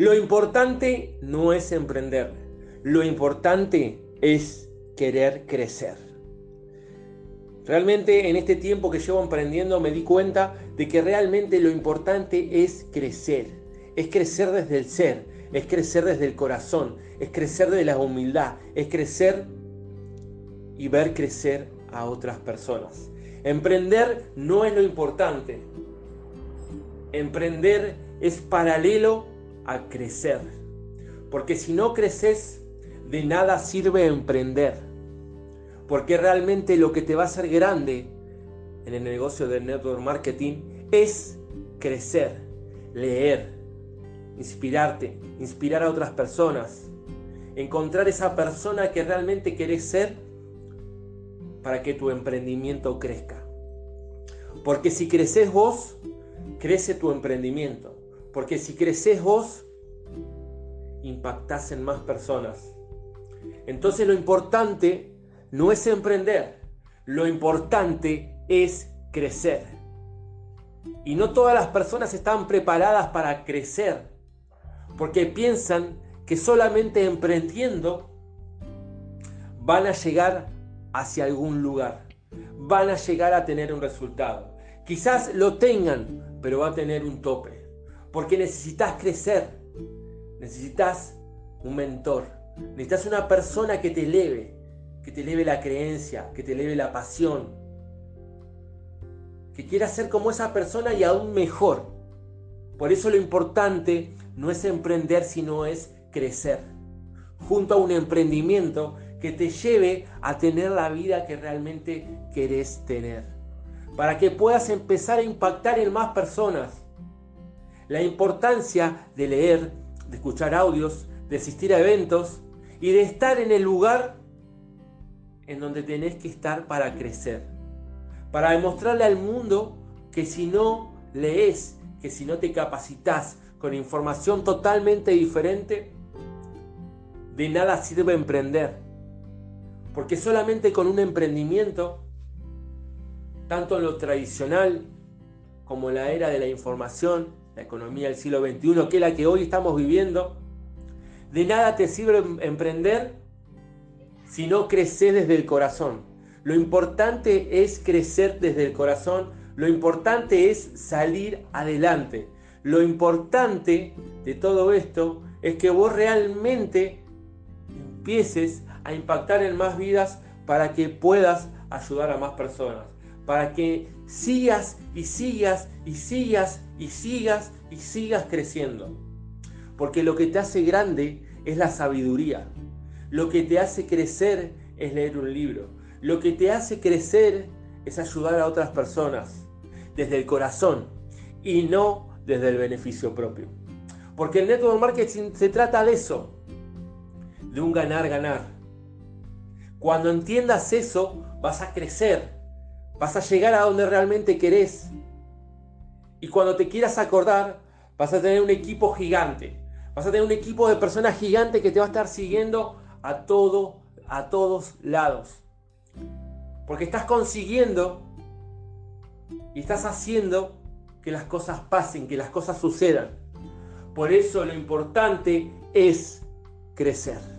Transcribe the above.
Lo importante no es emprender, lo importante es querer crecer. Realmente en este tiempo que llevo emprendiendo me di cuenta de que realmente lo importante es crecer desde el ser, es crecer desde el corazón, es crecer de la humildad, es crecer y ver crecer a otras personas. Emprender no es lo importante, emprender es paralelo a crecer, porque si no creces, de nada sirve emprender, porque realmente lo que te va a hacer grande en el negocio del network marketing es crecer, leer, inspirarte, inspirar a otras personas, encontrar esa persona que realmente querés ser para que tu emprendimiento crezca. Porque si creces vos, crece tu emprendimiento. Porque si creces vos, impactás en más personas. Entonces lo importante no es emprender, lo importante es crecer. Y no todas las personas están preparadas para crecer, porque piensan que solamente emprendiendo van a llegar hacia algún lugar, van a llegar a tener un resultado. Quizás lo tengan, pero va a tener un tope, porque necesitas crecer, necesitas un mentor, necesitas una persona que te eleve la creencia, que te eleve la pasión, que quiera ser como esa persona y aún mejor. Por eso lo importante no es emprender, sino es crecer, junto a un emprendimiento que te lleve a tener la vida que realmente querés tener, para que puedas empezar a impactar en más personas. La importancia de leer, de escuchar audios, de asistir a eventos y de estar en el lugar en donde tenés que estar para crecer, para demostrarle al mundo que si no lees, que si no te capacitas con información totalmente diferente, de nada sirve emprender. Porque solamente con un emprendimiento, tanto en lo tradicional como en la era de la información, la economía del siglo XXI, que es la que hoy estamos viviendo, de nada te sirve emprender si no creces desde el corazón. Lo importante es crecer desde el corazón, lo importante es salir adelante. Lo importante de todo esto es que vos realmente empieces a impactar en más vidas para que puedas ayudar a más personas, para que sigas y sigas y sigas y sigas y sigas creciendo. Porque lo que te hace grande es la sabiduría. Lo que te hace crecer es leer un libro. Lo que te hace crecer es ayudar a otras personas desde el corazón y no desde el beneficio propio. Porque el network marketing se trata de eso, de un ganar-ganar. Cuando entiendas eso, vas a crecer, vas a llegar a donde realmente querés. Y cuando te quieras acordar, vas a tener un equipo gigante. Vas a tener un equipo de personas gigantes que te va a estar siguiendo a todos lados. Porque estás consiguiendo y estás haciendo que las cosas pasen, que las cosas sucedan. Por eso lo importante es crecer.